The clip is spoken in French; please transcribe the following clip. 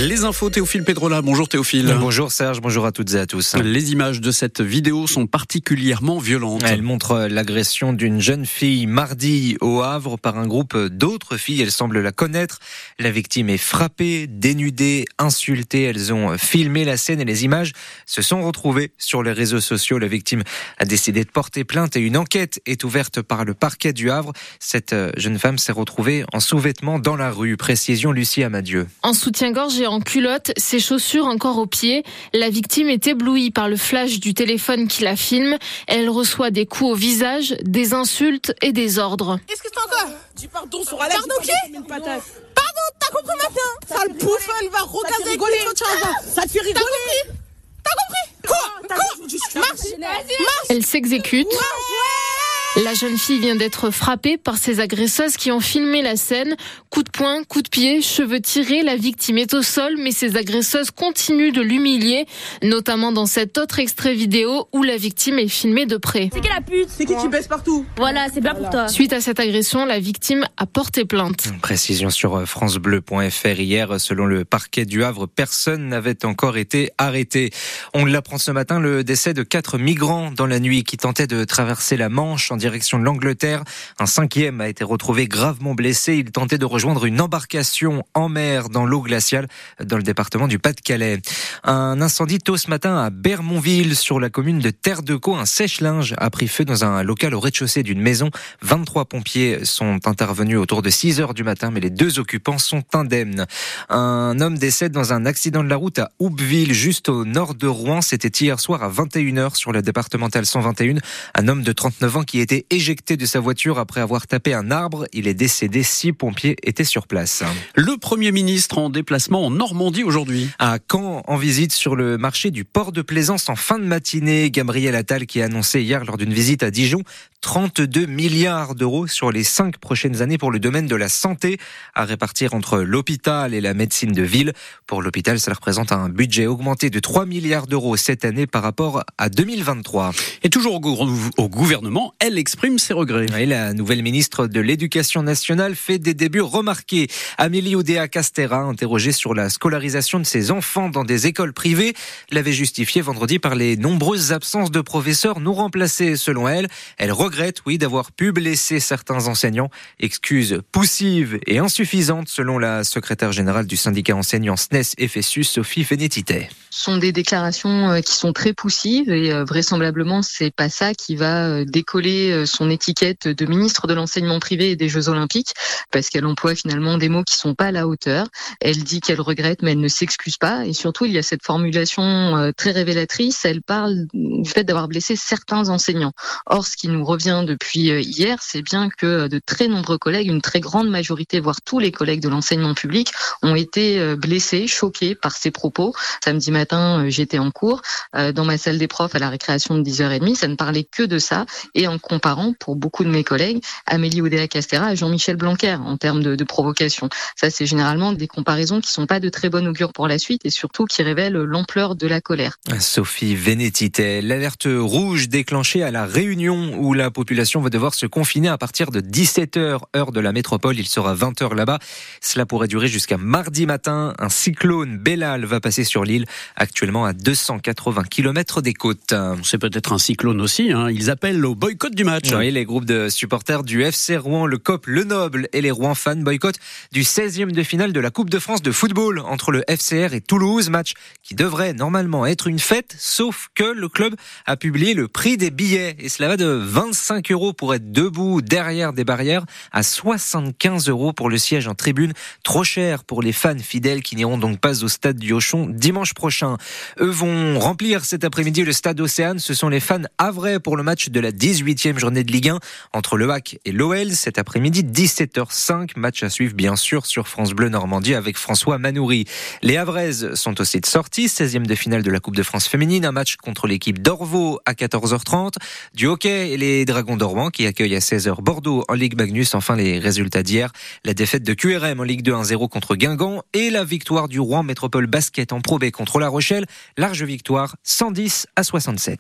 Les infos, Théophile Pedrola. Bonjour Théophile. Bonjour Serge, bonjour à toutes et à tous. Les images de cette vidéo sont particulièrement violentes. Elle montre l'agression d'une jeune fille mardi au Havre par un groupe d'autres filles. Elles semblent la connaître. La victime est frappée, dénudée, insultée. Elles ont filmé la scène et les images se sont retrouvées sur les réseaux sociaux. La victime a décidé de porter plainte et une enquête est ouverte par le parquet du Havre. Cette jeune femme s'est retrouvée en sous-vêtements dans la rue. Précision Lucie Amadieu. En soutien-gorge et en culotte, ses chaussures encore aux pieds. La victime est éblouie par le flash du téléphone qui la filme. Elle reçoit des coups au visage, des insultes et des ordres. Qu'est-ce que c'est encore? Dis pardon sur Alex. Pardon qui? Pardon, t'as compris maintenant? Sale bouffon, va recaser rigoler. Ça te fait rigoler. T'as compris? Quoi? Marche. Elle s'exécute. La jeune fille vient d'être frappée par ses agresseuses qui ont filmé la scène. Coup de poing, coup de pied, cheveux tirés, la victime est au sol, mais ses agresseuses continuent de l'humilier, notamment dans cet autre extrait vidéo où la victime est filmée de près. C'est qui la pute? C'est qui baisse partout? Voilà, c'est bien pour toi. Suite à cette agression, la victime a porté plainte. Précision sur francebleu.fr. Hier, selon le parquet du Havre, personne n'avait encore été arrêté. On l'apprend ce matin, le décès de 4 migrants dans la nuit qui tentaient de traverser la Manche en direction de l'Angleterre. Un 5e a été retrouvé gravement blessé. Il tentait de rejoindre une embarcation en mer dans l'eau glaciale dans le département du Pas-de-Calais. Un incendie tôt ce matin à Bermonville sur la commune de Terre-de-Caux. Un sèche-linge a pris feu dans un local au rez-de-chaussée d'une maison. 23 pompiers sont intervenus autour de 6 heures du matin, mais les 2 occupants sont indemnes. Un homme décède dans un accident de la route à Houppeville, juste au nord de Rouen. C'était hier soir à 21h sur la départementale 121. Un homme de 39 ans qui était éjecté de sa voiture après avoir tapé un arbre. Il est décédé. 6 pompiers étaient sur place. Le Premier ministre en déplacement en Normandie aujourd'hui. À Caen, en visite sur le marché du port de Plaisance en fin de matinée. Gabriel Attal qui a annoncé hier lors d'une visite à Dijon 32 milliards d'euros sur les 5 prochaines années pour le domaine de la santé à répartir entre l'hôpital et la médecine de ville. Pour l'hôpital, ça représente un budget augmenté de 3 milliards d'euros cette année par rapport à 2023. Et toujours au gouvernement, elle exprime ses regrets. Oui, la nouvelle ministre de l'Éducation nationale fait des débuts remarqués. Amélie Oudéa-Castéra, interrogée sur la scolarisation de ses enfants dans des écoles privées, l'avait justifié vendredi par les nombreuses absences de professeurs non remplacés selon elle. Elle regrette, oui, d'avoir pu blesser certains enseignants. Excuse poussive et insuffisante selon la secrétaire générale du syndicat enseignant SNES-FSU, Sophie Vénétité. Ce sont des déclarations qui sont très poussives et vraisemblablement c'est pas ça qui va décoller son étiquette de ministre de l'enseignement privé et des Jeux Olympiques, parce qu'elle emploie finalement des mots qui sont pas à la hauteur. Elle dit qu'elle regrette, mais elle ne s'excuse pas. Et surtout, il y a cette formulation très révélatrice. Elle parle du fait d'avoir blessé certains enseignants. Or, ce qui nous revient depuis hier, c'est bien que de très nombreux collègues, une très grande majorité, voire tous les collègues de l'enseignement public, ont été blessés, choqués par ces propos. Samedi matin, j'étais en cours dans ma salle des profs à la récréation de 10h30. Ça ne parlait que de ça. Et en comparant, pour beaucoup de mes collègues, Amélie Oudéa-Castéra à Jean-Michel Blanquer en termes de provocation. Ça, c'est généralement des comparaisons qui sont pas de très bon augure pour la suite et surtout qui révèlent l'ampleur de la colère. Sophie Vénétité, l'alerte rouge déclenchée à La Réunion où la population va devoir se confiner à partir de 17h, heure de la métropole. Il sera 20h là-bas. Cela pourrait durer jusqu'à mardi matin. Un cyclone Bellal va passer sur l'île, actuellement à 280 km des côtes. C'est peut-être un cyclone aussi. Ils appellent au boycott du match. Oui, les groupes de supporters du FC Rouen, le COP, le Noble et les Rouen fans boycottent du 16e de finale de la Coupe de France de football entre le FCR et Toulouse. Match qui devrait normalement être une fête, sauf que le club a publié le prix des billets. Et cela va de 25 € pour être debout derrière des barrières à 75 € pour le siège en tribune. Trop cher pour les fans fidèles qui n'iront donc pas au stade du Auchon dimanche prochain. Eux vont remplir cet après-midi le stade Océane. Ce sont les fans havrais pour le match de la 18e journée de Ligue 1 entre le HAC et l'OL cet après-midi 17h05. Match à suivre bien sûr sur France Bleu Normandie avec François Manoury. Les Havraises sont aussi de sortie, 16e de finale de la Coupe de France féminine, un match contre l'équipe d'Orvaux à 14h30. Du hockey et les Dragons d'Orban qui accueillent à 16h Bordeaux en Ligue Magnus. Enfin les résultats d'hier, la défaite de QRM en Ligue 2 1-0 contre Guingamp et la victoire du Rouen Métropole Basket en Pro B contre La Rochelle. Large victoire 110-67.